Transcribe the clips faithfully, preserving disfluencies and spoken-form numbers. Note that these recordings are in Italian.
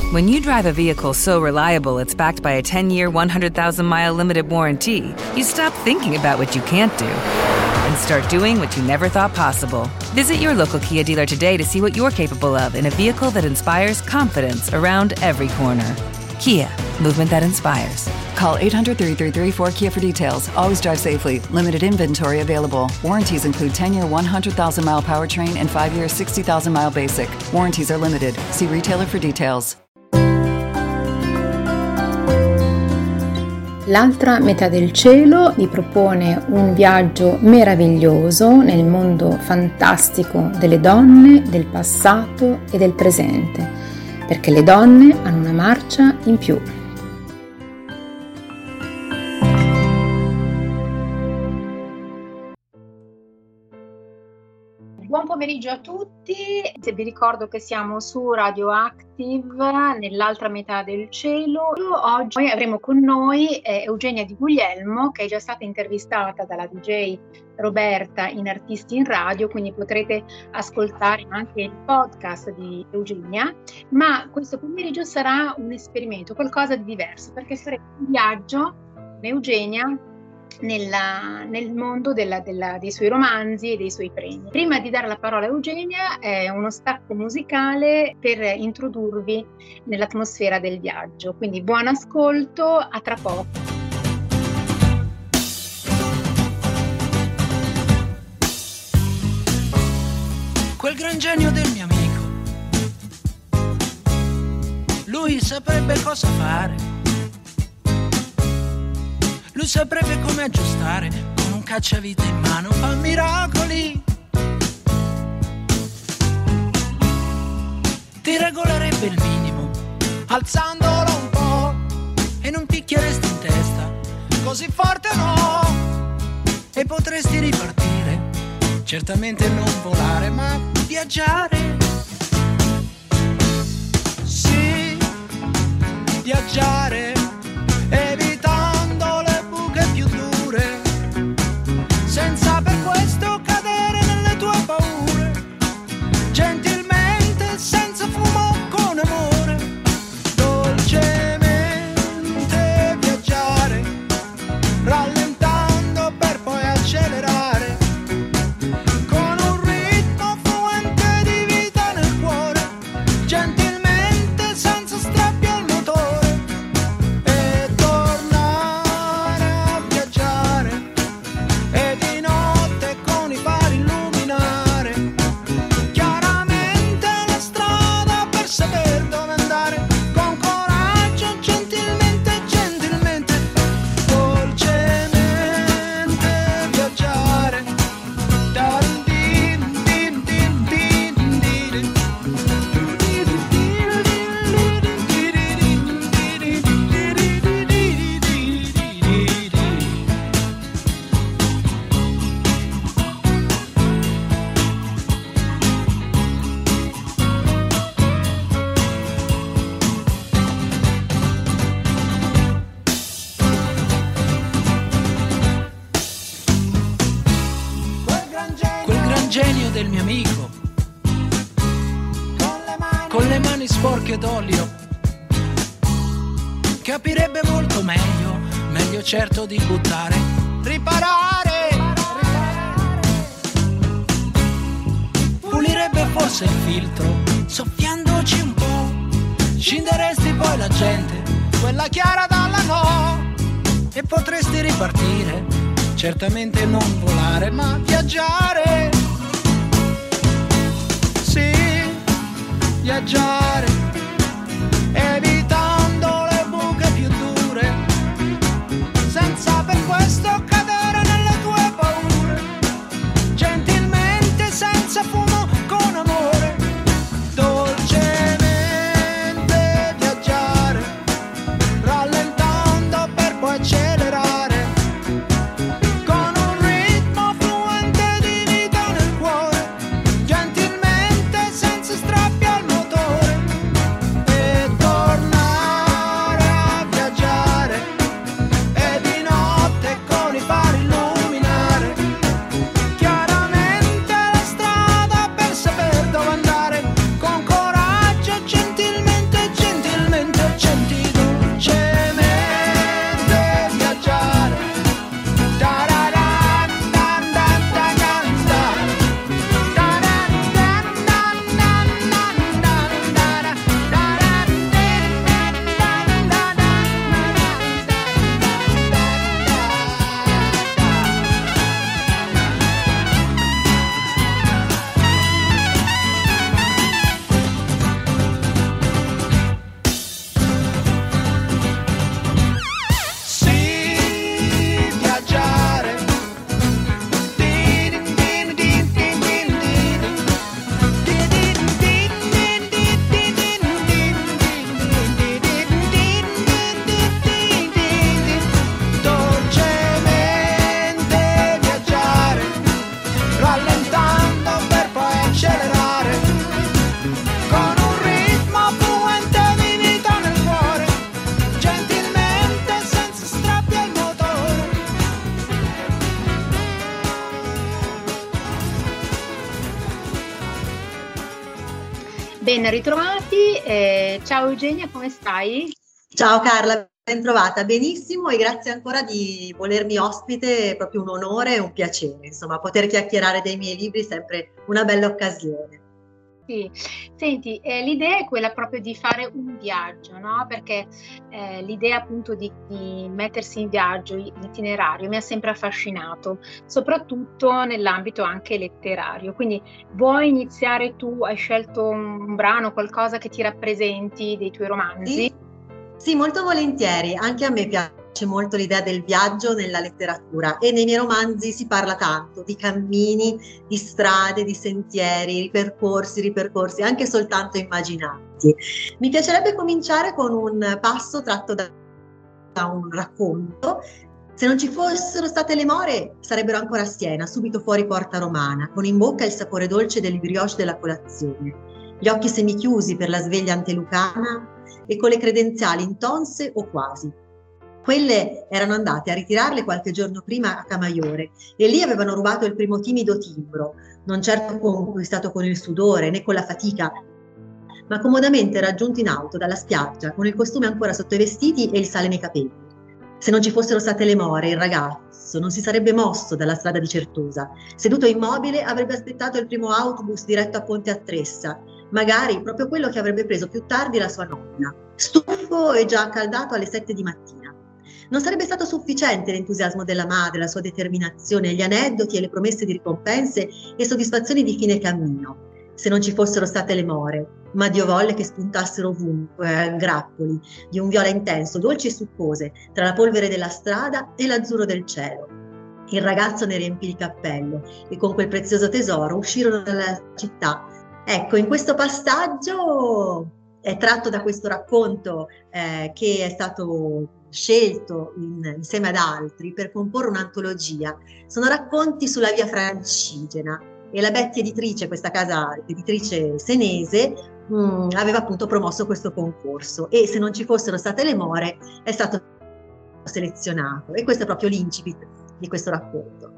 When you drive a vehicle so reliable it's backed by a ten-year, one hundred thousand mile limited warranty, you stop thinking about what you can't do and start doing what you never thought possible. Visit your local Kia dealer today to see what you're capable of in a vehicle that inspires confidence around every corner. Kia, movement that inspires. Call eight hundred, three three three, four K I A for details. Always drive safely. Limited inventory available. Warranties include ten-year, one hundred thousand mile powertrain and five-year, sixty thousand mile basic. Warranties are limited. See retailer for details. L'altra metà del cielo vi propone un viaggio meraviglioso nel mondo fantastico delle donne, del passato e del presente, perché le donne hanno una marcia in più. Buon pomeriggio a tutti, vi ricordo che siamo su Radioactive nell'altra metà del cielo. Oggi avremo con noi eh, Eugenia Di Guglielmo, che è già stata intervistata dalla D J Roberta in Artisti in Radio, quindi potrete ascoltare anche il podcast di Eugenia, ma questo pomeriggio sarà un esperimento, qualcosa di diverso, perché faremo un viaggio con Eugenia Nella, nel mondo della, della, dei suoi romanzi e dei suoi premi. Prima di dare la parola a Eugenia, è uno stacco musicale per introdurvi nell'atmosfera del viaggio. Quindi buon ascolto, a tra poco. Quel gran genio del mio amico, lui saprebbe cosa fare. Lui saprebbe come aggiustare, con un cacciavite in mano fa miracoli. Ti regolerebbe il minimo, alzandolo un po', e non picchieresti in testa, così forte no. E potresti ripartire, certamente non volare, ma viaggiare. Sì, viaggiare, evitando le più dure, senza per questo cadere nelle tue paure, gentilmente, senza fumo, con amore, dolcemente viaggiare, rallentando per poi accelerare, con un ritmo fluente di vita nel cuore, gentilmente, senza strappi al motore, e tornare a viaggiare, e di notte con i fari illuminare chiaramente la strada per saper dove andare, con coraggio, gentilmente, gentilmente, dolcemente viaggiare. Darin din din din din Quel gran genio del mio amico, con le mani sporche d'olio, capirebbe molto meglio, meglio certo di buttare, riparare, pulirebbe forse il filtro, soffiandoci un po', scinderesti poi la gente, quella chiara dalla no, e potresti ripartire, certamente non volare, ma viaggiare. Sì, viaggiare, evitando le buche più dure, senza per questo cadere nelle tue paure, gentilmente, senza fumo, con amore, dolcemente viaggiare, rallentando per poi accelerare, con un ritmo fluente di vita nel cuore, gentilmente, senza strappi al motore, Ben ritrovati, eh, ciao Eugenia, come stai? Ciao Carla, ben trovata, benissimo e grazie ancora di volermi ospite, è proprio un onore e un piacere, insomma, poter chiacchierare dei miei libri è sempre una bella occasione. Sì, senti, eh, l'idea è quella proprio di fare un viaggio, no? Perché eh, l'idea appunto di, di mettersi in viaggio, l'itinerario, mi ha sempre affascinato, soprattutto nell'ambito anche letterario. Quindi vuoi iniziare tu? Hai scelto un, un brano, qualcosa che ti rappresenti dei tuoi romanzi? Sì, sì, molto volentieri, anche a me piace molto l'idea del viaggio nella letteratura e nei miei romanzi si parla tanto di cammini, di strade, di sentieri, ripercorsi, ripercorsi, anche soltanto immaginati. Mi piacerebbe cominciare con un passo tratto da, da un racconto. Se non ci fossero state le more, sarebbero ancora a Siena, subito fuori Porta Romana, con in bocca il sapore dolce del brioche della colazione, gli occhi semichiusi per la sveglia antelucana e con le credenziali intonse o quasi. Quelle erano andate a ritirarle qualche giorno prima a Camaiore e lì avevano rubato il primo timido timbro, non certo conquistato con il sudore né con la fatica, ma comodamente raggiunto in auto dalla spiaggia con il costume ancora sotto i vestiti e il sale nei capelli. Se non ci fossero state le more, il ragazzo non si sarebbe mosso dalla strada di Certosa. Seduto immobile avrebbe aspettato il primo autobus diretto a Ponte a Tressa, magari proprio quello che avrebbe preso più tardi la sua nonna, stufo e già accaldato alle sette di mattina. Non sarebbe stato sufficiente l'entusiasmo della madre, la sua determinazione, gli aneddoti e le promesse di ricompense e soddisfazioni di fine cammino, se non ci fossero state le more, ma Dio volle che spuntassero ovunque, a grappoli, di un viola intenso, dolci e succose, tra la polvere della strada e l'azzurro del cielo. Il ragazzo ne riempì il cappello e con quel prezioso tesoro uscirono dalla città. Ecco, in questo passaggio è tratto da questo racconto eh, che è stato scelto in, insieme ad altri per comporre un'antologia. Sono racconti sulla via Francigena e la Betty Editrice, questa casa editrice senese, mh, aveva appunto promosso questo concorso e se non ci fossero state le more è stato selezionato e questo è proprio l'incipit di questo racconto.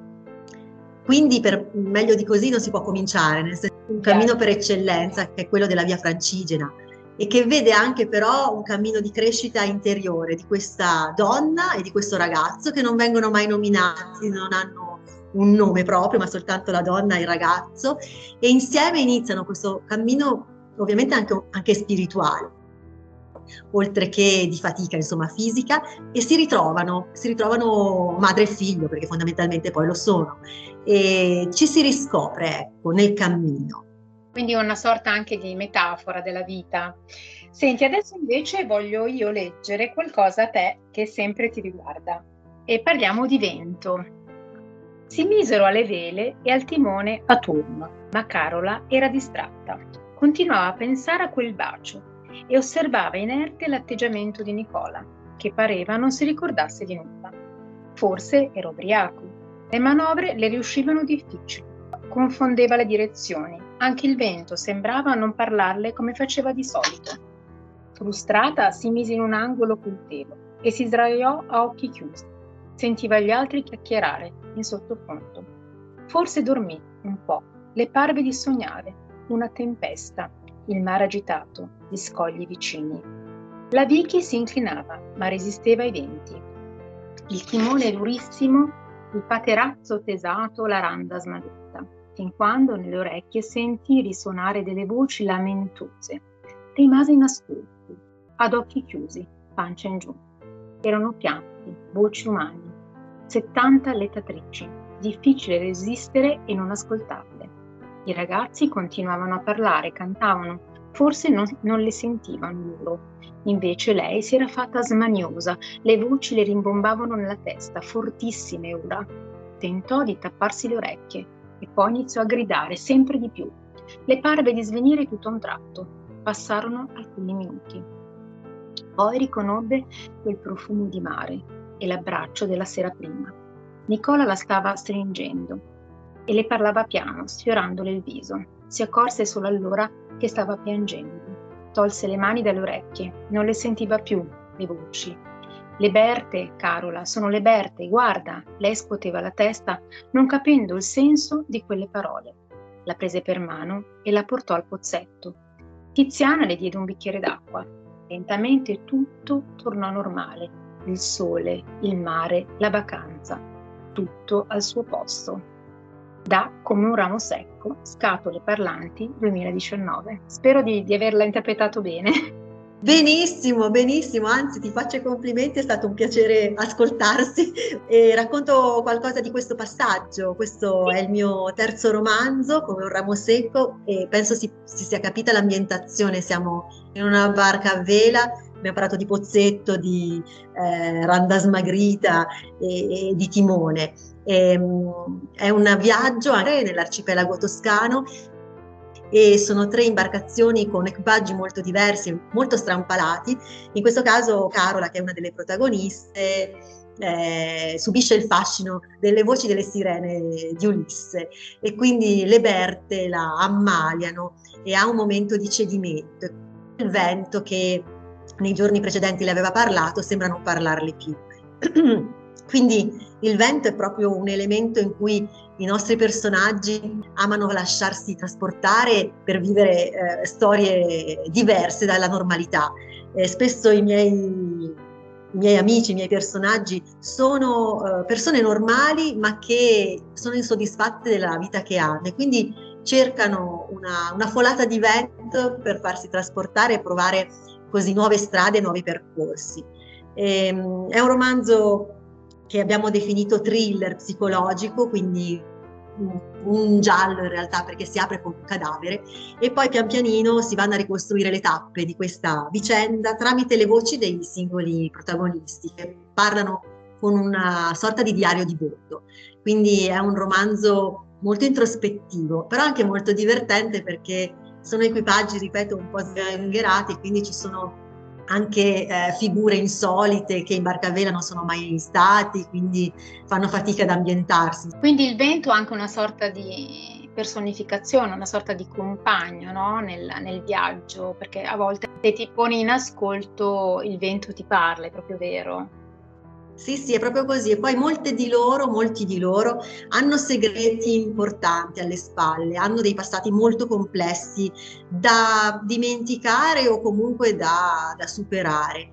Quindi per meglio di così non si può cominciare, nel senso un cammino per eccellenza che è quello della via Francigena e che vede anche però un cammino di crescita interiore di questa donna e di questo ragazzo che non vengono mai nominati, non hanno un nome proprio, ma soltanto la donna e il ragazzo, e insieme iniziano questo cammino ovviamente anche, anche spirituale, oltre che di fatica, insomma, fisica, e si ritrovano, si ritrovano madre e figlio, perché fondamentalmente poi lo sono, e ci si riscopre, ecco, nel cammino. Quindi una sorta anche di metafora della vita. Senti, adesso invece voglio io leggere qualcosa a te che sempre ti riguarda. E parliamo di vento. Si misero alle vele e al timone a turno, ma Carola era distratta. Continuava a pensare a quel bacio e osservava inerte l'atteggiamento di Nicola, che pareva non si ricordasse di nulla. Forse era ubriaco. Le manovre le riuscivano difficili. Confondeva le direzioni. Anche il vento sembrava non parlarle come faceva di solito. Frustrata si mise in un angolo col telo e si sdraiò a occhi chiusi. Sentiva gli altri chiacchierare in sottofondo. Forse dormì un po'. Le parve di sognare una tempesta, il mare agitato, gli scogli vicini. La Vicky si inclinava, ma resisteva ai venti. Il timone durissimo, il paterazzo tesato, la randa smagliata, fin quando nelle orecchie sentì risuonare delle voci lamentose. Rimase in ascolto, ad occhi chiusi, pancia in giù. Erano pianti, voci umane, settanta allettatrici, difficile resistere e non ascoltarle. I ragazzi continuavano a parlare, cantavano, forse non, non le sentivano loro. Invece lei si era fatta smaniosa, le voci le rimbombavano nella testa, fortissime ora. Tentò di tapparsi le orecchie e poi iniziò a gridare sempre di più. Le parve di svenire tutto a un tratto. Passarono alcuni minuti. Poi riconobbe quel profumo di mare e l'abbraccio della sera prima. Nicola la stava stringendo e le parlava piano, sfiorandole il viso. Si accorse solo allora che stava piangendo. Tolse le mani dalle orecchie, non le sentiva più le voci. Le Berte, Carola, sono le Berte, guarda! Lei scuoteva la testa, non capendo il senso di quelle parole. La prese per mano e la portò al pozzetto. Tiziana le diede un bicchiere d'acqua. Lentamente tutto tornò normale. Il sole, il mare, la vacanza, tutto al suo posto. Da Come un ramo secco, Scatole parlanti duemiladiciannove. Spero di, di averla interpretato bene. Benissimo, benissimo, anzi ti faccio i complimenti, è stato un piacere ascoltarsi e racconto qualcosa di questo passaggio. Questo è il mio terzo romanzo, Come un ramo secco, e penso si, si sia capita l'ambientazione. Siamo in una barca a vela, abbiamo parlato di Pozzetto, di eh, Randa Smagrita e, e di Timone. E, um, è un viaggio anche nell'arcipelago toscano, e sono tre imbarcazioni con equipaggi molto diversi, molto strampalati. In questo caso Carola, che è una delle protagoniste, eh, subisce il fascino delle voci delle sirene di Ulisse, e quindi le Berte la ammaliano e ha un momento di cedimento. Il vento, che nei giorni precedenti le aveva parlato, sembra non parlarle più. Quindi il vento è proprio un elemento in cui i nostri personaggi amano lasciarsi trasportare per vivere eh, storie diverse dalla normalità. Eh, spesso i miei, i miei amici, i miei personaggi sono eh, persone normali, ma che sono insoddisfatte della vita che hanno, e quindi cercano una, una folata di vento per farsi trasportare e provare così nuove strade, nuovi percorsi. E, è un romanzo che abbiamo definito thriller psicologico, quindi un giallo in realtà, perché si apre con un cadavere e poi pian pianino si vanno a ricostruire le tappe di questa vicenda tramite le voci dei singoli protagonisti, che parlano con una sorta di diario di bordo. Quindi è un romanzo molto introspettivo, però anche molto divertente, perché sono equipaggi, ripeto, un po' sgangherati, quindi ci sono anche eh, figure insolite che in barca a vela non sono mai stati, quindi fanno fatica ad ambientarsi. Quindi il vento ha anche una sorta di personificazione, una sorta di compagno, no? nel, nel viaggio, perché a volte se ti poni in ascolto il vento ti parla, è proprio vero. Sì, sì, è proprio così. E poi molte di loro, molti di loro hanno segreti importanti alle spalle, hanno dei passati molto complessi da dimenticare o comunque da, da superare.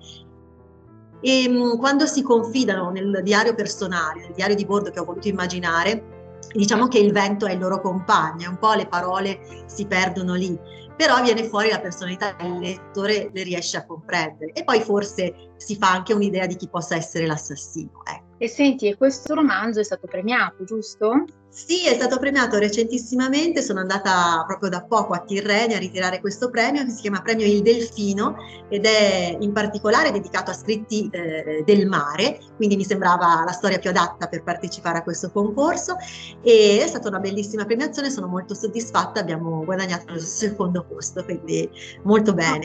E mh, quando si confidano nel diario personale, nel diario di bordo che ho voluto immaginare, diciamo che il vento è il loro compagno, un po' le parole si perdono lì, però viene fuori la personalità del lettore, le riesce a comprendere, e poi forse si fa anche un'idea di chi possa essere l'assassino. Ecco. E senti, e questo romanzo è stato premiato, giusto? Sì, è stato premiato recentissimamente, sono andata proprio da poco a Tirrenia a ritirare questo premio, che si chiama Premio Il Delfino, ed è in particolare dedicato a scritti eh, del mare, quindi mi sembrava la storia più adatta per partecipare a questo concorso, e è stata una bellissima premiazione, sono molto soddisfatta, abbiamo guadagnato il secondo posto, quindi molto bene.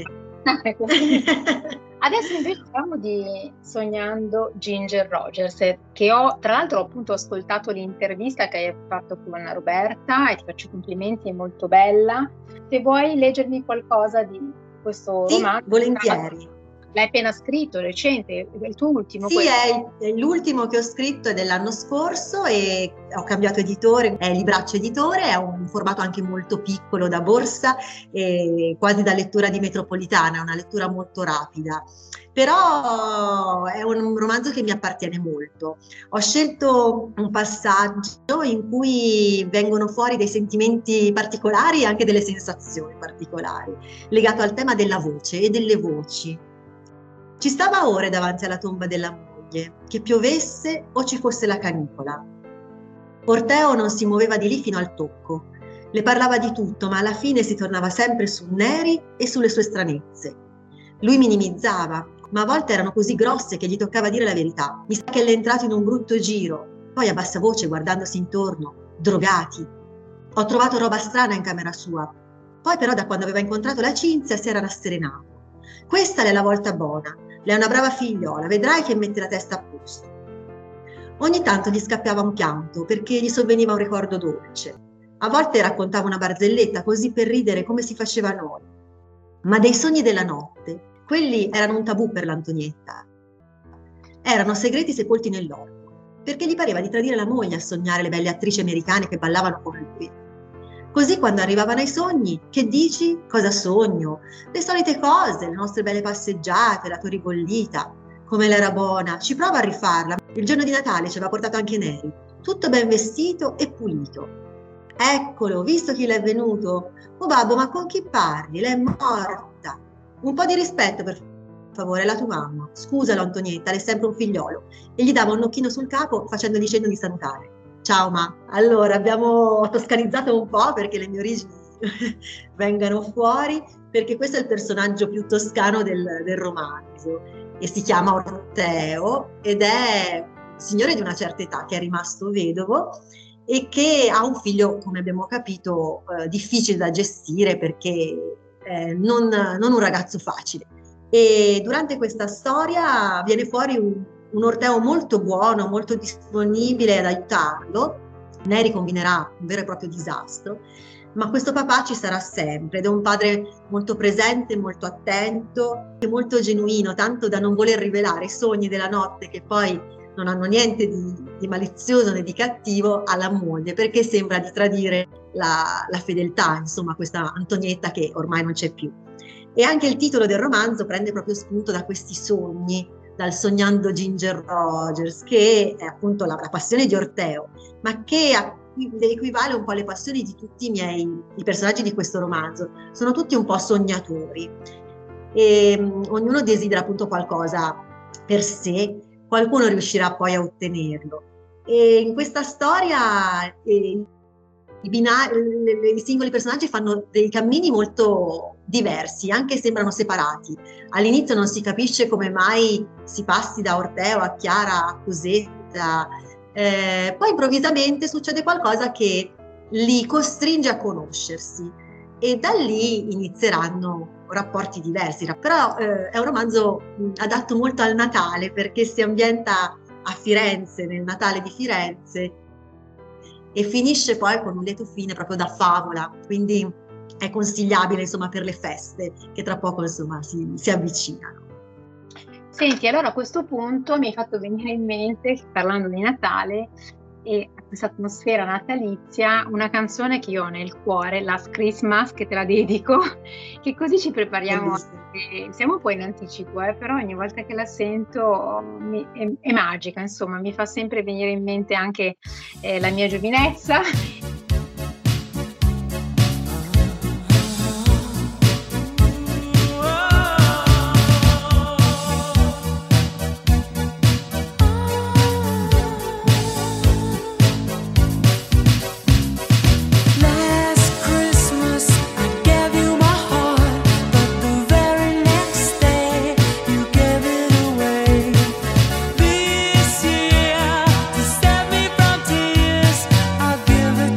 Adesso invece parliamo di Sognando Ginger Rogers, che ho, tra l'altro, ho appunto ascoltato l'intervista che hai fatto con Roberta e ti faccio complimenti, è molto bella. Se vuoi leggermi qualcosa di questo sì, romanzo. Volentieri. L'hai appena scritto, recente, è il tuo ultimo? Sì, è, è l'ultimo che ho scritto, è dell'anno scorso e ho cambiato editore, è Libraccio Editore, è un formato anche molto piccolo da borsa, e quasi da lettura di metropolitana, è una lettura molto rapida. Però è un romanzo che mi appartiene molto. Ho scelto un passaggio in cui vengono fuori dei sentimenti particolari e anche delle sensazioni particolari, legato al tema della voce e delle voci. Ci stava ore davanti alla tomba della moglie, che piovesse o ci fosse la canicola. Orteo non si muoveva di lì fino al tocco. Le parlava di tutto, ma alla fine si tornava sempre su Neri e sulle sue stranezze. Lui minimizzava, ma a volte erano così grosse che gli toccava dire la verità. Mi sa che l'è entrato in un brutto giro. Poi a bassa voce, guardandosi intorno, drogati. Ho trovato roba strana in camera sua. Poi però da quando aveva incontrato la Cinzia si era rasserenato. Questa è la volta buona. Lei è una brava figliola, vedrai che mette la testa a posto. Ogni tanto gli scappiava un pianto perché gli sovveniva un ricordo dolce. A volte raccontava una barzelletta così per ridere come si faceva noi. Ma dei sogni della notte, quelli erano un tabù per l'Antonietta. Erano segreti sepolti nell'orto, perché gli pareva di tradire la moglie a sognare le belle attrici americane che ballavano con lui. Così quando arrivavano ai sogni, che dici? Cosa sogno? Le solite cose, le nostre belle passeggiate, la tua ribollita, come l'era buona, ci prova a rifarla. Il giorno di Natale ci aveva portato anche Neri, tutto ben vestito e pulito. Eccolo, visto chi l'è venuto? Oh babbo, ma con chi parli? Lei è morta. Un po' di rispetto per favore, è la tua mamma. Scusalo Antonietta, lei è sempre un figliolo. E gli dava un occhino sul capo facendogli cenno di salutare. Ciao ma. Allora, abbiamo toscanizzato un po' perché le mie origini vengano fuori, perché questo è il personaggio più toscano del, del romanzo e si chiama Orteo ed è un signore di una certa età che è rimasto vedovo e che ha un figlio, come abbiamo capito, eh, difficile da gestire perché eh, non, non un ragazzo facile. E durante questa storia viene fuori un un Orteo molto buono, molto disponibile ad aiutarlo. Neri combinerà un vero e proprio disastro, ma questo papà ci sarà sempre ed è un padre molto presente, molto attento e molto genuino, tanto da non voler rivelare i sogni della notte che poi non hanno niente di, di malizioso né di cattivo alla moglie, perché sembra di tradire la, la fedeltà, insomma, questa Antonietta che ormai non c'è più. E anche il titolo del romanzo prende proprio spunto da questi sogni, dal Sognando Ginger Rogers, che è appunto la, la passione di Orteo, ma che equivale un po' alle passioni di tutti i miei i personaggi di questo romanzo. Sono tutti un po' sognatori e um, ognuno desidera appunto qualcosa per sé, qualcuno riuscirà poi a ottenerlo. E in questa storia eh, i, binari, i singoli personaggi fanno dei cammini molto diversi, anche sembrano separati. All'inizio non si capisce come mai si passi da Orteo a Chiara a Cosetta, eh, poi improvvisamente succede qualcosa che li costringe a conoscersi e da lì inizieranno rapporti diversi. Però eh, è un romanzo adatto molto al Natale perché si ambienta a Firenze, nel Natale di Firenze, e finisce poi con un lieto fine proprio da favola, quindi è consigliabile insomma per le feste che tra poco insomma si, si avvicinano. Senti, allora a questo punto mi hai fatto venire in mente, parlando di Natale e questa atmosfera natalizia, una canzone che io ho nel cuore, Last Christmas, che te la dedico, che così ci prepariamo. Anche, siamo un po' in anticipo, eh, però ogni volta che la sento mi, è, è magica, insomma, mi fa sempre venire in mente anche eh, la mia giovinezza. Give it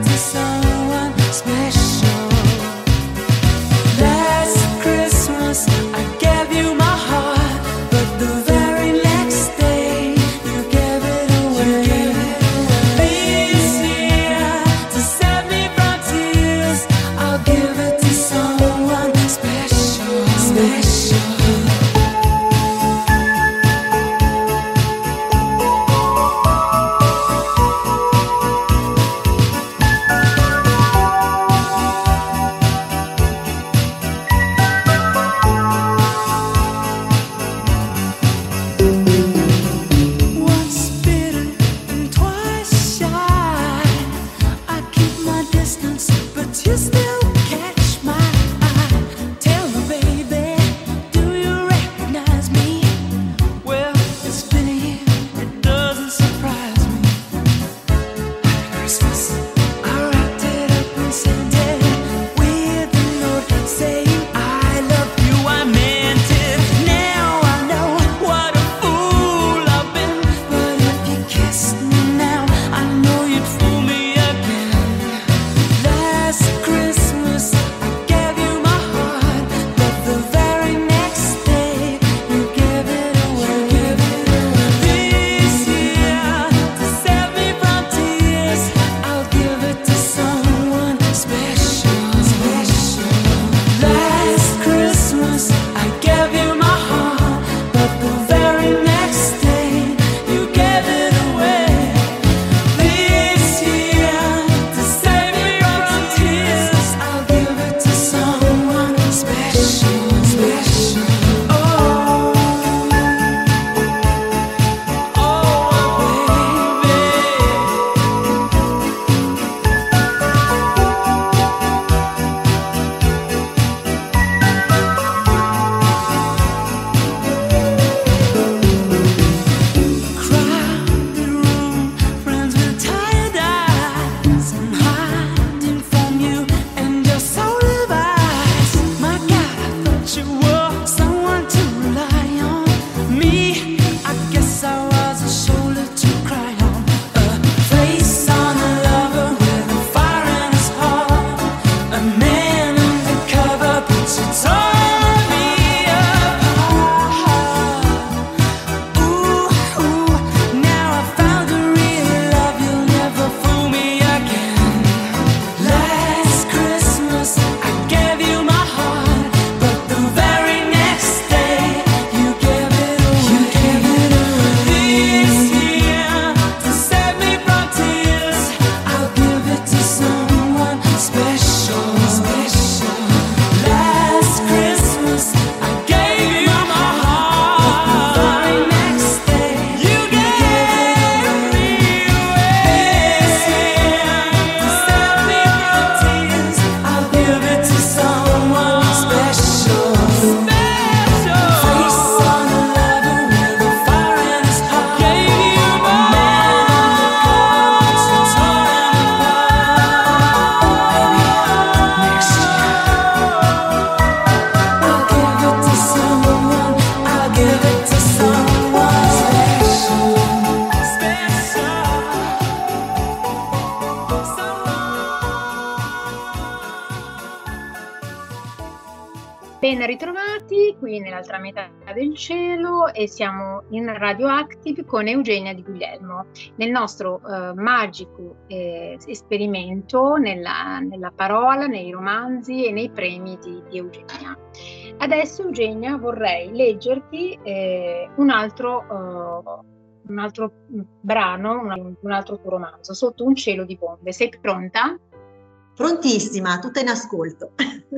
Ben ritrovati qui nell'altra metà del cielo e siamo in Radioactive con Eugenia Di Guglielmo, nel nostro eh, magico eh, esperimento nella, nella parola, nei romanzi e nei premi di, di Eugenia. Adesso Eugenia vorrei leggerti eh, un altro, uh, un altro brano, un, un altro tuo romanzo, Sotto un cielo di bombe. Sei pronta? Prontissima, tutta in ascolto.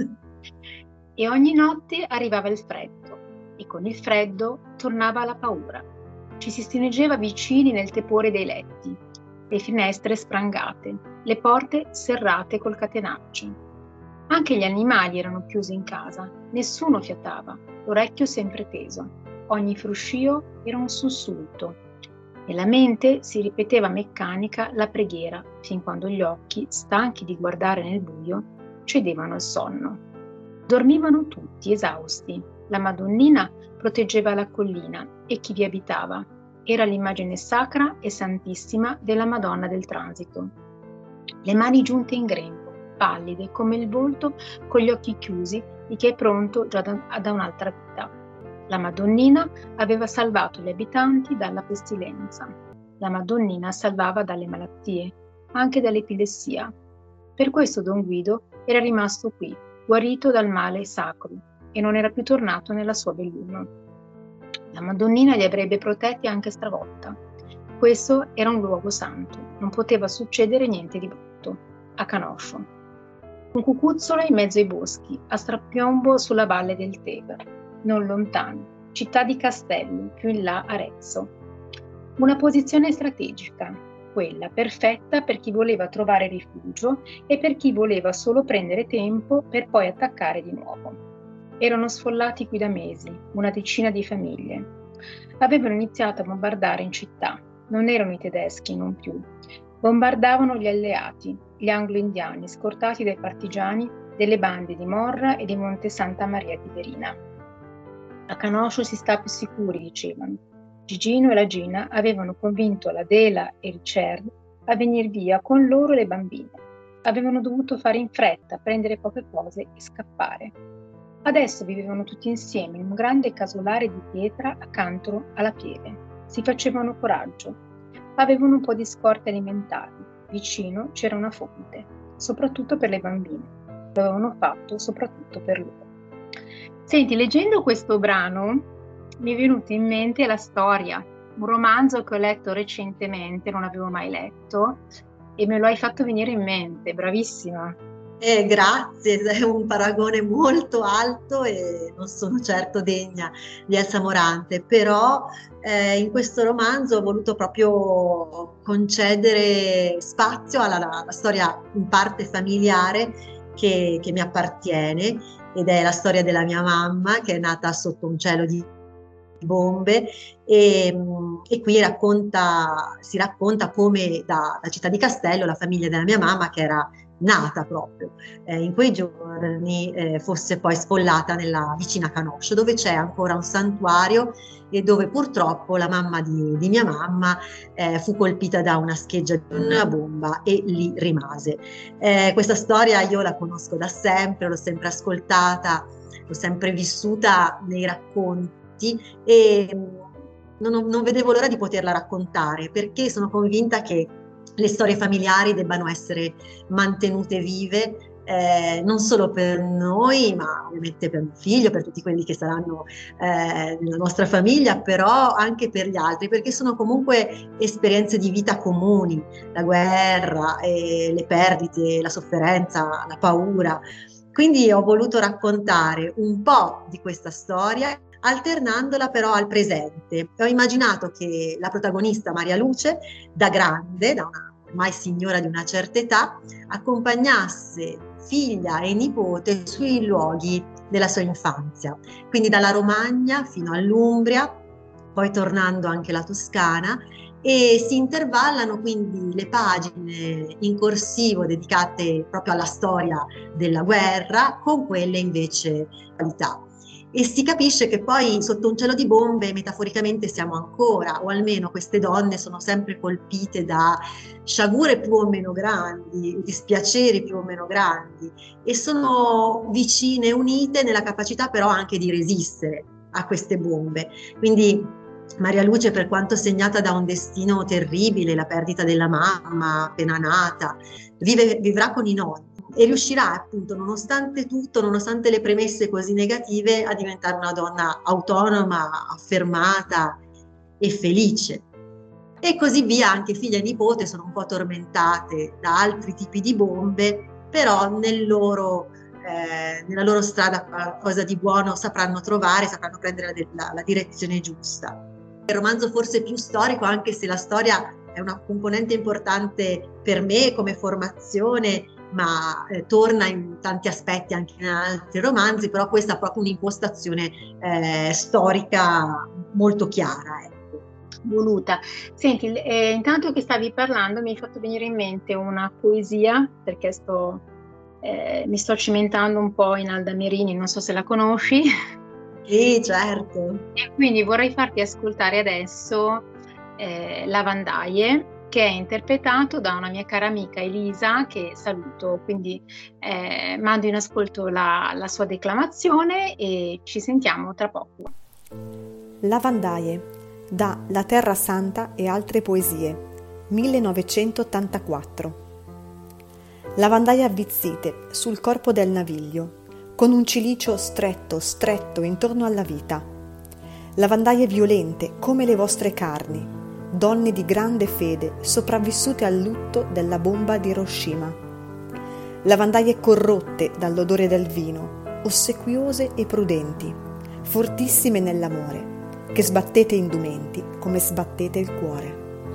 E ogni notte arrivava il freddo, e con il freddo tornava la paura. Ci si stringeva vicini nel tepore dei letti, le finestre sprangate, le porte serrate col catenaccio. Anche gli animali erano chiusi in casa, nessuno fiatava, l'orecchio sempre teso. Ogni fruscio era un sussulto. Nella mente si ripeteva meccanica la preghiera, fin quando gli occhi, stanchi di guardare nel buio, cedevano al sonno. Dormivano tutti, esausti. La Madonnina proteggeva la collina e chi vi abitava. Era l'immagine sacra e santissima della Madonna del Transito. Le mani giunte in grembo, pallide come il volto con gli occhi chiusi di chi è pronto già da, da un'altra vita. La Madonnina aveva salvato gli abitanti dalla pestilenza. La Madonnina salvava dalle malattie, anche dall'epilessia. Per questo Don Guido era rimasto qui, guarito dal male sacro, e non era più tornato nella sua belluno. La Madonnina li avrebbe protetti anche stavolta. Questo era un luogo santo, non poteva succedere niente di brutto. A Canoscio. Un cucuzzolo in mezzo ai boschi, a strapiombo sulla valle del Tevere, non lontano, città di Castello, più in là Arezzo. Una posizione strategica, quella perfetta per chi voleva trovare rifugio e per chi voleva solo prendere tempo per poi attaccare di nuovo. Erano sfollati qui da mesi, una decina di famiglie. Avevano iniziato a bombardare in città, non erano i tedeschi, non più. Bombardavano gli alleati, gli anglo-indiani, scortati dai partigiani delle bande di Morra e di Monte Santa Maria di Verina. A Canoscio si sta più sicuri, dicevano. Gigino e la Gina avevano convinto l'Adela e Richard a venire via con loro e le bambine. Avevano dovuto fare in fretta, prendere poche cose e scappare. Adesso vivevano tutti insieme in un grande casolare di pietra accanto alla pieve. Si facevano coraggio. Avevano un po' di scorte alimentari. Vicino c'era una fonte, soprattutto per le bambine. Lo avevano fatto soprattutto per loro. Senti, leggendo questo brano mi è venuta in mente la storia, un romanzo che ho letto recentemente, non avevo mai letto, e me lo hai fatto venire in mente, bravissima. Eh, grazie, è un paragone molto alto e non sono certo degna di Elsa Morante, però eh, in questo romanzo ho voluto proprio concedere spazio alla, alla storia in parte familiare che, che mi appartiene, ed è la storia della mia mamma, che è nata sotto un cielo di bombe, e, e qui racconta, si racconta come da, da Città di Castello la famiglia della mia mamma, che era nata proprio eh, in quei giorni, eh, fosse poi sfollata nella vicina Canoscio, dove c'è ancora un santuario e dove purtroppo la mamma di, di mia mamma eh, fu colpita da una scheggia di una bomba e lì rimase. Eh, questa storia io la conosco da sempre, l'ho sempre ascoltata, l'ho sempre vissuta nei racconti e non, non vedevo l'ora di poterla raccontare, perché sono convinta che le storie familiari debbano essere mantenute vive, eh, non solo per noi, ma ovviamente per mio figlio, per tutti quelli che saranno eh, nella nostra famiglia, però anche per gli altri, perché sono comunque esperienze di vita comuni, la guerra, eh, le perdite, la sofferenza, la paura. Quindi ho voluto raccontare un po' di questa storia, alternandola però al presente. Ho immaginato che la protagonista Maria Luce, da grande, da una ormai signora di una certa età, accompagnasse figlia e nipote sui luoghi della sua infanzia, quindi dalla Romagna fino all'Umbria, poi tornando anche alla Toscana, e si intervallano quindi le pagine in corsivo dedicate proprio alla storia della guerra con quelle invece qualità. e si capisce che poi sotto un cielo di bombe metaforicamente siamo ancora, o almeno queste donne sono sempre colpite da sciagure più o meno grandi, dispiaceri più o meno grandi, e sono vicine, unite nella capacità però anche di resistere a queste bombe. Quindi Maria Luce, per quanto segnata da un destino terribile, la perdita della mamma appena nata, vive, vivrà con i nonni e riuscirà appunto, nonostante tutto, nonostante le premesse così negative, a diventare una donna autonoma, affermata e felice. E così via, anche figlia e nipote sono un po' tormentate da altri tipi di bombe, però nel loro, eh, nella loro strada qualcosa di buono sapranno trovare, sapranno prendere la, la, la direzione giusta. È il romanzo forse più storico, anche se la storia è una componente importante per me come formazione, ma eh, torna in tanti aspetti anche in altri romanzi, però questa ha proprio un'impostazione eh, storica molto chiara, ecco. Voluta. Senti, eh, intanto che stavi parlando mi hai fatto venire in mente una poesia, perché sto, eh, mi sto cimentando un po' in Alda Merini, non so se la conosci. Sì, certo. E quindi vorrei farti ascoltare adesso eh, Lavandaie, che è interpretato da una mia cara amica Elisa, che saluto, quindi eh, mando in ascolto la, la sua declamazione e ci sentiamo tra poco. Lavandaie, da La Terra Santa e altre poesie, millenovecentottantaquattro. Lavandaie avvizzite sul corpo del naviglio, con un cilicio stretto, stretto intorno alla vita. Lavandaie violente come le vostre carni, donne di grande fede sopravvissute al lutto della bomba di Hiroshima. Lavandaie corrotte dall'odore del vino, ossequiose e prudenti, fortissime nell'amore, che sbattete indumenti come sbattete il cuore.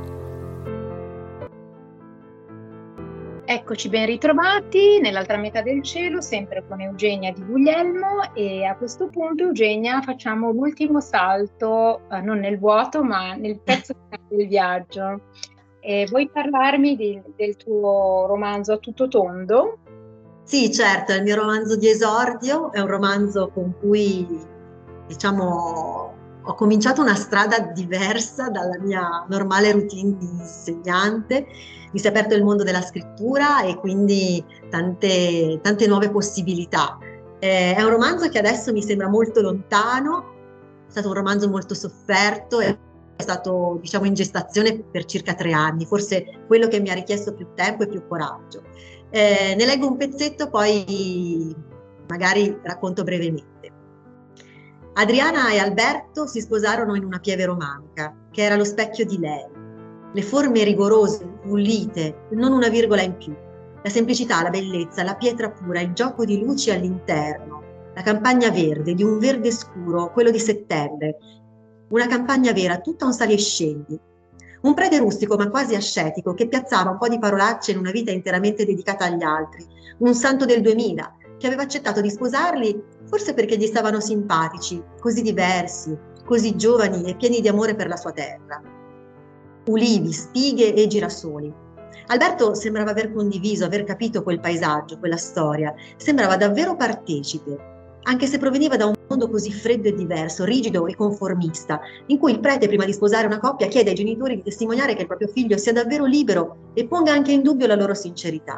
Eccoci ben ritrovati nell'altra metà del cielo, sempre con Eugenia Di Guglielmo, e a questo punto, Eugenia, facciamo l'ultimo salto, eh, non nel vuoto ma nel pezzo del viaggio. E vuoi parlarmi di, del tuo romanzo A tutto tondo? Sì, certo, è il mio romanzo di esordio, è un romanzo con cui, diciamo, ho cominciato una strada diversa dalla mia normale routine di insegnante. Mi si è aperto il mondo della scrittura e quindi tante, tante nuove possibilità. Eh, è un romanzo che adesso mi sembra molto lontano, è stato un romanzo molto sofferto, è stato, diciamo, in gestazione per circa tre anni, forse quello che mi ha richiesto più tempo e più coraggio. Eh, ne leggo un pezzetto, poi magari racconto brevemente. Adriana e Alberto si sposarono in una pieve romanica, che era lo specchio di lei. Le forme rigorose, pulite, non una virgola in più. La semplicità, la bellezza, la pietra pura, il gioco di luci all'interno, la campagna verde, di un verde scuro, quello di settembre. Una campagna vera, tutta un sali e scendi. Un prete rustico ma quasi ascetico che piazzava un po' di parolacce in una vita interamente dedicata agli altri. Un santo del duemila che aveva accettato di sposarli forse perché gli stavano simpatici, così diversi, così giovani e pieni di amore per la sua terra. Ulivi, spighe e girasoli. Alberto sembrava aver condiviso, aver capito quel paesaggio, quella storia. Sembrava davvero partecipe, anche se proveniva da un mondo così freddo e diverso, rigido e conformista, in cui il prete, prima di sposare una coppia, chiede ai genitori di testimoniare che il proprio figlio sia davvero libero e ponga anche in dubbio la loro sincerità.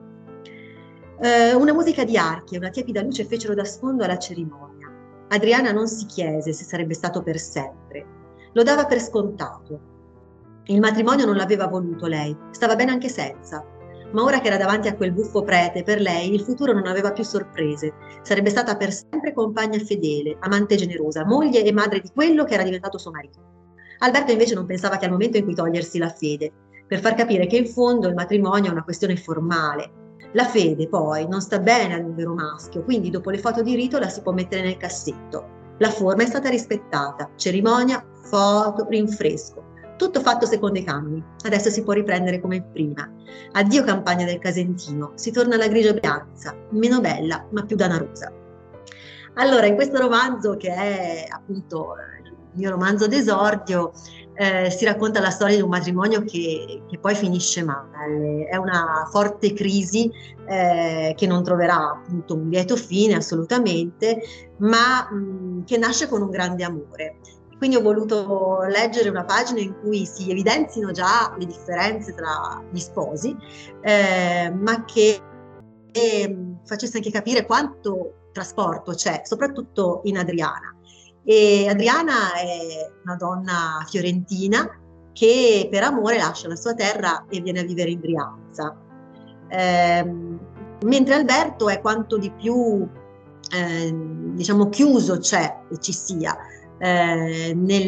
Eh, una musica di archi e una tiepida luce fecero da sfondo alla cerimonia. Adriana non si chiese se sarebbe stato per sempre. Lo dava per scontato. Il matrimonio non l'aveva voluto lei, stava bene anche senza. Ma ora che era davanti a quel buffo prete, per lei il futuro non aveva più sorprese. Sarebbe stata per sempre compagna fedele, amante generosa, moglie e madre di quello che era diventato suo marito. Alberto invece non pensava che al momento in cui togliersi la fede, per far capire che in fondo il matrimonio è una questione formale. La fede poi non sta bene ad un vero maschio, quindi dopo le foto di rito la si può mettere nel cassetto. La forma è stata rispettata, cerimonia, foto, rinfresco. Tutto fatto secondo i canoni, adesso si può riprendere come prima. Addio campagna del Casentino, si torna alla grigia Brianza, meno bella ma più danarosa. Allora, in questo romanzo, che è appunto il mio romanzo d'esordio, eh, si racconta la storia di un matrimonio che, che poi finisce male. È una forte crisi eh, che non troverà appunto un lieto fine assolutamente, ma mh, che nasce con un grande amore. Quindi ho voluto leggere una pagina in cui si evidenzino già le differenze tra gli sposi, eh, ma che eh, facesse anche capire quanto trasporto c'è, soprattutto in Adriana. E Adriana è una donna fiorentina che per amore lascia la sua terra e viene a vivere in Brianza. Eh, mentre Alberto è quanto di più, eh, diciamo, chiuso c'è e ci sia Eh, nel,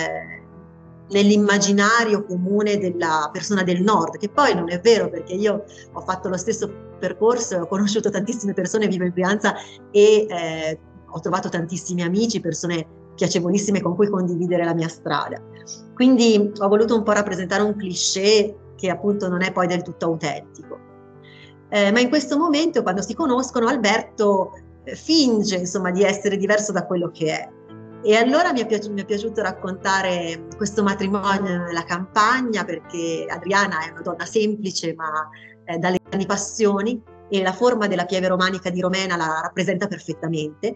nell'immaginario comune della persona del nord, che poi non è vero, perché io ho fatto lo stesso percorso, ho conosciuto tantissime persone, vivo in Brianza e eh, ho trovato tantissimi amici, persone piacevolissime con cui condividere la mia strada. Quindi ho voluto un po' rappresentare un cliché che appunto non è poi del tutto autentico. Eh, ma in questo momento, quando si conoscono, Alberto eh, finge insomma di essere diverso da quello che è. E allora mi è, piaci- mi è piaciuto raccontare questo matrimonio nella campagna, perché Adriana è una donna semplice ma eh, dalle grandi passioni, e la forma della pieve romanica di Romena la rappresenta perfettamente,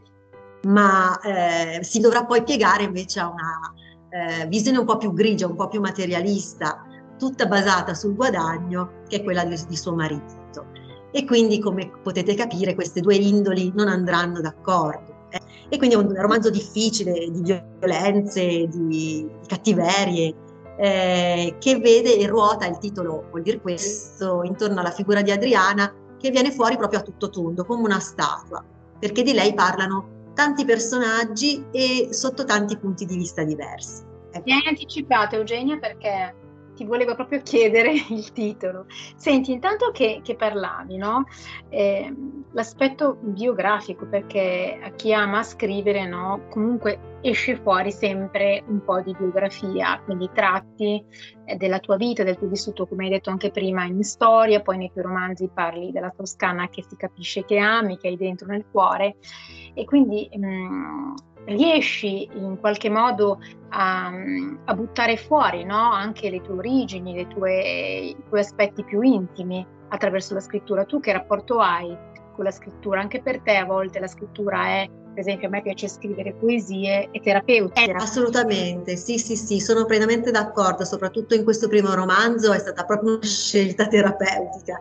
ma eh, si dovrà poi piegare invece a una eh, visione un po' più grigia, un po' più materialista, tutta basata sul guadagno, che è quella di, di suo marito. E quindi, come potete capire, queste due indoli non andranno d'accordo. E quindi è un romanzo difficile, di violenze, di, di cattiverie, eh, che vede e ruota, il titolo vuol dire questo, intorno alla figura di Adriana, che viene fuori proprio a tutto tondo, come una statua, perché di lei parlano tanti personaggi e sotto tanti punti di vista diversi. Ecco. Mi hai anticipato, Eugenia, perché ti volevo proprio chiedere il titolo. Senti, intanto che, che parlavi, no? Eh, l'aspetto biografico, perché a chi ama scrivere, no, comunque esce fuori sempre un po' di biografia, quindi tratti eh, della tua vita, del tuo vissuto, come hai detto anche prima, in storia, poi nei tuoi romanzi parli della Toscana che si capisce che ami, che hai dentro nel cuore, e quindi mh, riesci in qualche modo a, a buttare fuori, no? Anche le tue origini, le tue, i tuoi aspetti più intimi attraverso la scrittura. Tu che rapporto hai con la scrittura? Anche per te a volte la scrittura è, per esempio a me piace scrivere poesie, è terapeutica. Eh, assolutamente, sì sì sì, sono pienamente d'accordo, soprattutto in questo primo romanzo è stata proprio una scelta terapeutica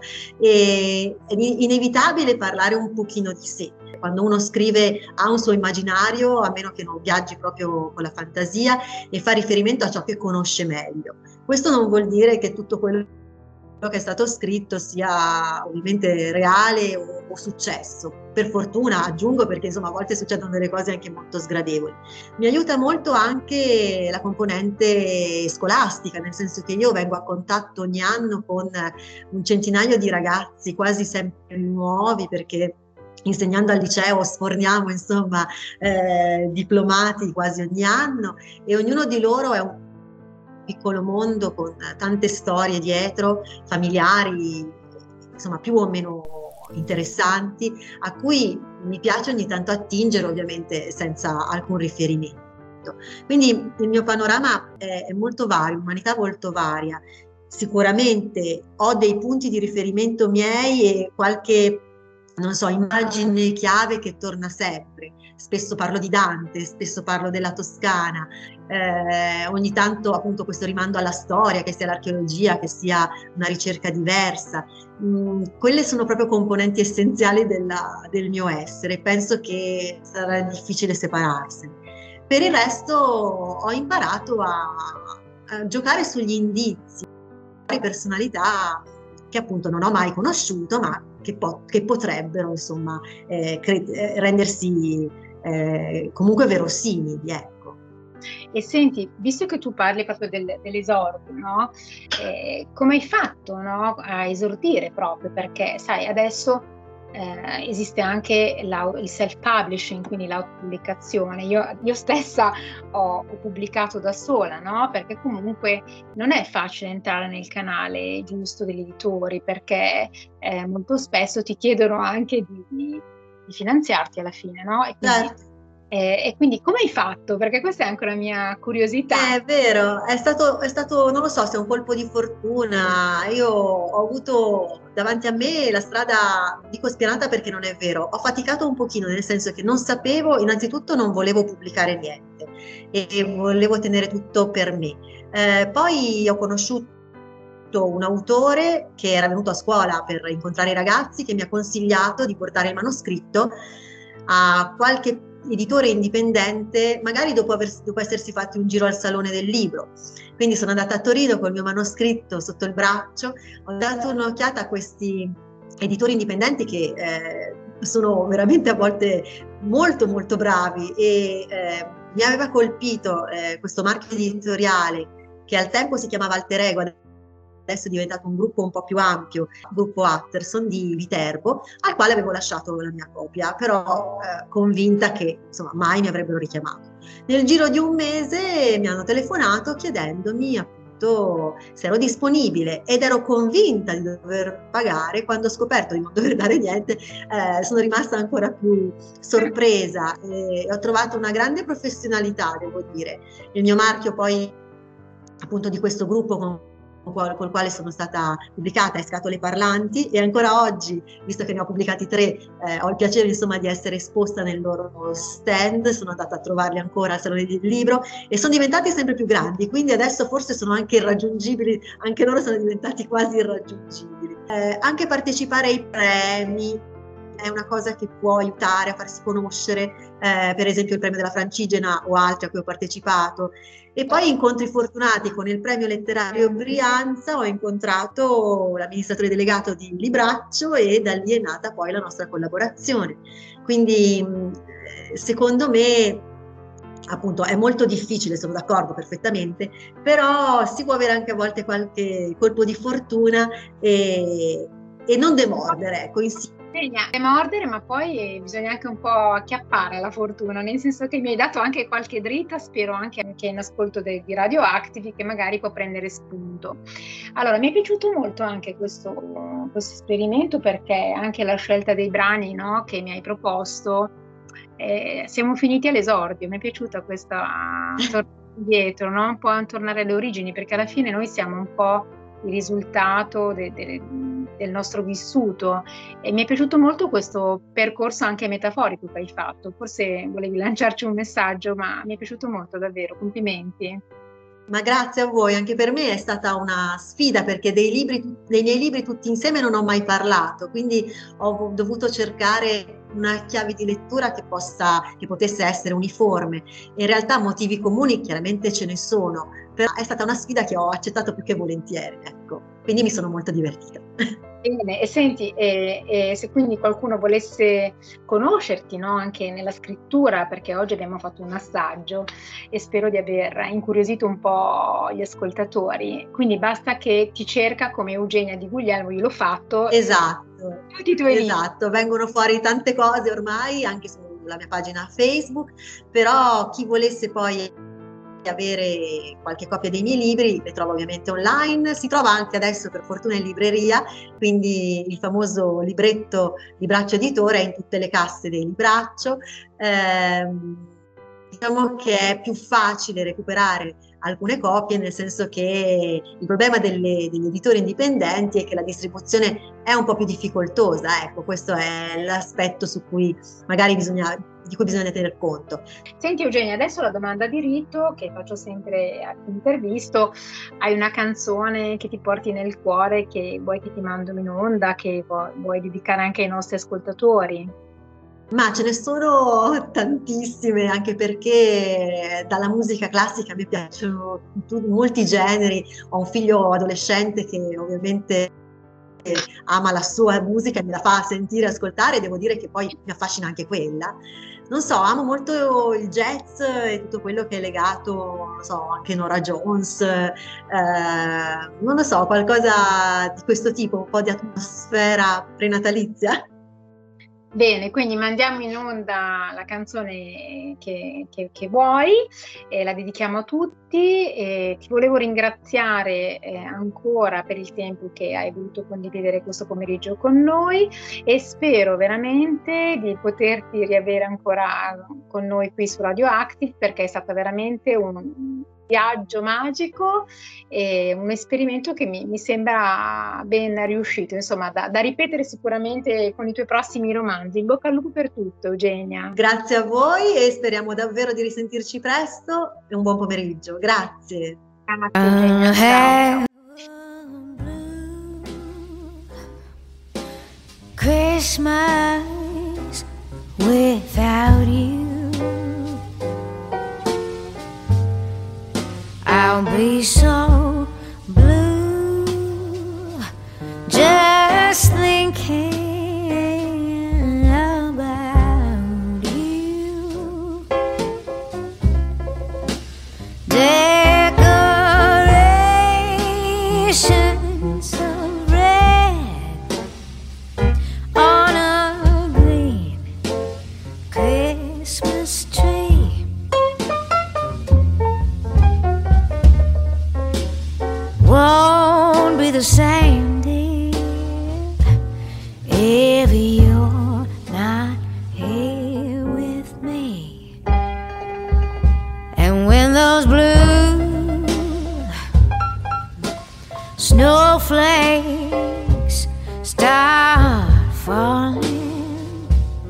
e è inevitabile parlare un pochino di sé. Quando uno scrive ha un suo immaginario, a meno che non viaggi proprio con la fantasia, e fa riferimento a ciò che conosce meglio. Questo non vuol dire che tutto quello che è stato scritto sia ovviamente reale o, o successo. Per fortuna, aggiungo, perché insomma a volte succedono delle cose anche molto sgradevoli. Mi aiuta molto anche la componente scolastica, nel senso che io vengo a contatto ogni anno con un centinaio di ragazzi, quasi sempre nuovi, perché insegnando al liceo sforniamo insomma eh, diplomati quasi ogni anno, e ognuno di loro è un piccolo mondo con tante storie dietro, familiari, insomma più o meno interessanti, a cui mi piace ogni tanto attingere, ovviamente senza alcun riferimento. Quindi il mio panorama è, è molto vario, un'umanità molto varia. Sicuramente ho dei punti di riferimento miei e qualche, non so, immagine chiave che torna sempre. Spesso parlo di Dante, spesso parlo della Toscana, eh, ogni tanto appunto questo rimando alla storia, che sia l'archeologia, che sia una ricerca diversa. Mm, quelle sono proprio componenti essenziali della, del mio essere, penso che sarà difficile separarsene. Per il resto ho imparato a, a giocare sugli indizi, personalità che appunto non ho mai conosciuto, ma che, po- che potrebbero insomma eh, cre- rendersi eh, comunque verosimili, ecco. E senti, visto che tu parli proprio del, dell'esordio, no? Eh, come hai fatto, no? A esordire proprio? Perché sai, adesso eh, esiste anche la, il self-publishing, quindi l'autopubblicazione. Io, io stessa ho, ho pubblicato da sola, no? Perché comunque non è facile entrare nel canale giusto degli editori, perché eh, molto spesso ti chiedono anche di, di, di finanziarti alla fine, no? E quindi, certo. E, e quindi come hai fatto? Perché questa è anche una mia curiosità. È vero, è stato, è stato, non lo so se è un colpo di fortuna. Io ho avuto davanti a me la strada, dico spianata perché non è vero, ho faticato un pochino, nel senso che non sapevo, innanzitutto non volevo pubblicare niente e volevo tenere tutto per me. Eh, poi ho conosciuto un autore che era venuto a scuola per incontrare i ragazzi, che mi ha consigliato di portare il manoscritto a qualche editore indipendente, magari dopo, aver, dopo essersi fatti un giro al Salone del Libro. Quindi sono andata a Torino col mio manoscritto sotto il braccio, ho dato un'occhiata a questi editori indipendenti che eh, sono veramente a volte molto molto bravi e eh, mi aveva colpito eh, questo marchio editoriale che al tempo si chiamava Alter Ego, adesso è diventato un gruppo un po' più ampio, il gruppo Atterson di Viterbo, al quale avevo lasciato la mia copia, però eh, convinta che insomma mai mi avrebbero richiamato. Nel giro di un mese mi hanno telefonato chiedendomi appunto se ero disponibile ed ero convinta di dover pagare. Quando ho scoperto di non dover dare niente eh, sono rimasta ancora più sorpresa e ho trovato una grande professionalità, devo dire. Il mio marchio poi appunto di questo gruppo con col quale sono stata pubblicata è Scatole Parlanti, e ancora oggi, visto che ne ho pubblicati tre, eh, ho il piacere insomma di essere esposta nel loro stand. Sono andata a trovarli ancora al Salone del Libro e sono diventati sempre più grandi, quindi adesso forse sono anche irraggiungibili, anche loro sono diventati quasi irraggiungibili. Eh, anche partecipare ai premi è una cosa che può aiutare a farsi conoscere, eh, per esempio il premio della Francigena o altri a cui ho partecipato. E poi incontri fortunati: con il premio letterario Brianza ho incontrato l'amministratore delegato di Libraccio e da lì è nata poi la nostra collaborazione. Quindi secondo me appunto è molto difficile, sono d'accordo perfettamente, però si può avere anche a volte qualche colpo di fortuna e, e non demordere, ecco, insieme. Bisogna demordere, ma poi bisogna anche un po' acchiappare la fortuna, nel senso che mi hai dato anche qualche dritta, spero anche che in ascolto de, di Radioactive, che magari può prendere spunto. Allora, mi è piaciuto molto anche questo, questo esperimento, perché anche la scelta dei brani, no, che mi hai proposto, eh, siamo finiti all'esordio, mi è piaciuta questa tornata indietro, no? Un po' tornare alle origini, perché alla fine noi siamo un po' il risultato de, de, del nostro vissuto, e mi è piaciuto molto questo percorso anche metaforico che hai fatto. Forse volevi lanciarci un messaggio, ma mi è piaciuto molto, davvero, complimenti. Ma grazie a voi, anche per me è stata una sfida, perché dei libri, dei miei libri tutti insieme non ho mai parlato, quindi ho dovuto cercare una chiave di lettura che possa, che potesse essere uniforme. In realtà motivi comuni chiaramente ce ne sono, però è stata una sfida che ho accettato più che volentieri, ecco. Quindi mi sono molto divertita. Bene, e senti, e, e se quindi qualcuno volesse conoscerti, no, anche nella scrittura, perché oggi abbiamo fatto un assaggio e spero di aver incuriosito un po' gli ascoltatori, quindi basta che ti cerca come Eugenia Di Guglielmo. Io l'ho fatto. Esatto, tutti i tuoi esatto, libri. Vengono fuori tante cose ormai anche sulla mia pagina Facebook, però chi volesse poi avere qualche copia dei miei libri le trova ovviamente online, si trova anche adesso per fortuna in libreria, quindi il famoso libretto Libraccio Editore è in tutte le casse dei Libraccio. Eh, diciamo che è più facile recuperare alcune copie, nel senso che il problema delle, degli editori indipendenti è che la distribuzione è un po' più difficoltosa, ecco, questo è l'aspetto su cui magari bisogna di cui bisogna tener conto. Senti Eugenia, adesso la domanda di rito che faccio sempre a chi intervisto: hai una canzone che ti porti nel cuore, che vuoi che ti mando in onda, che vuoi, vuoi dedicare anche ai nostri ascoltatori? Ma ce ne sono tantissime, anche perché dalla musica classica mi piacciono molti generi. Ho un figlio adolescente che ovviamente ama la sua musica e me la fa sentire, ascoltare, e devo dire che poi mi affascina anche quella. Non so, amo molto il jazz e tutto quello che è legato, non so, anche Nora Jones, eh, non lo so, qualcosa di questo tipo, un po' di atmosfera prenatalizia. Bene, quindi mandiamo in onda la canzone che, che, che vuoi, e la dedichiamo a tutti. E ti volevo ringraziare eh, ancora per il tempo che hai voluto condividere questo pomeriggio con noi, e spero veramente di poterti riavere ancora con noi qui su Radio Active, perché è stata veramente un viaggio magico e un esperimento che mi, mi sembra ben riuscito, insomma, da, da ripetere sicuramente con i tuoi prossimi romanzi. In bocca al lupo per tutto, Eugenia. Grazie a voi e speriamo davvero di risentirci presto, e un buon pomeriggio. Grazie. Grazie, Eugenia. Ciao. Christmas without you, I'll be so blue just thinking about you. Decorations of red on a green Christmas tree. Won't be the same, dear, if you're not here with me. And when those blue snowflakes start falling,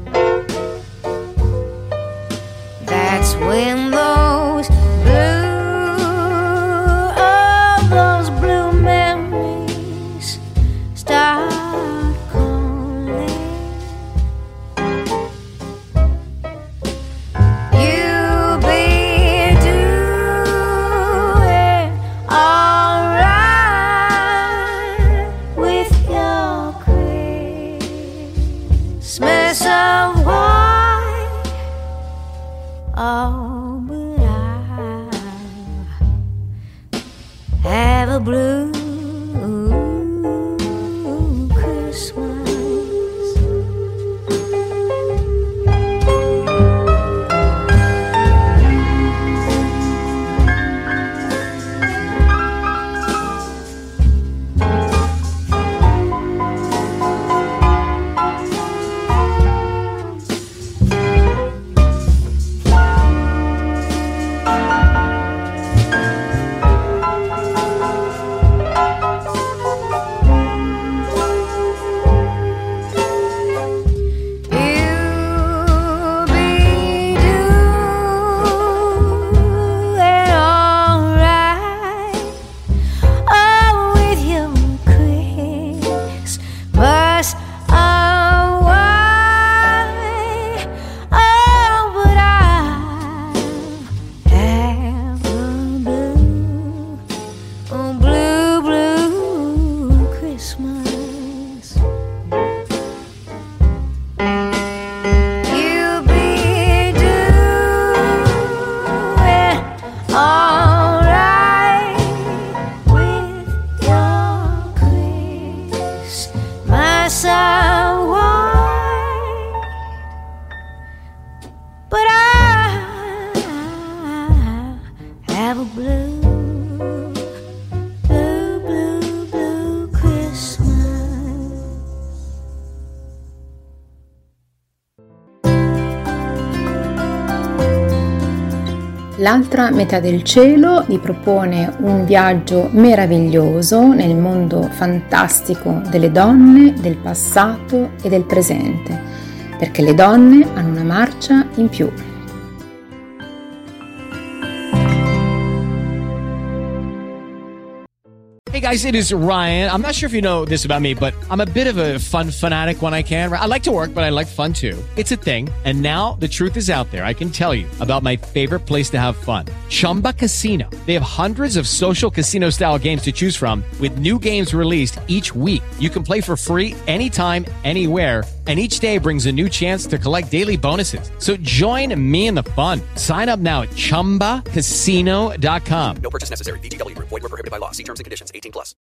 that's when those blue start calling. You'll be doing alright with your Christmas of white. Oh, but I have a blue L'altra metà del cielo vi propone un viaggio meraviglioso nel mondo fantastico delle donne, del passato e del presente, perché le donne hanno una marcia in più. Hey guys, it is Ryan. I'm not sure if you know this about me, but I'm a bit of a fun fanatic when I can. I like to work, but I like fun too. It's a thing. And now the truth is out there. I can tell you about my favorite place to have fun. Chumba Casino. They have hundreds of social casino style games to choose from with new games released each week. You can play for free anytime, anywhere. And each day brings a new chance to collect daily bonuses. So join me in the fun. Sign up now at chumba casino dot com. No purchase necessary. V G W Group. Void where prohibited by law. See terms and conditions. eighteen plus.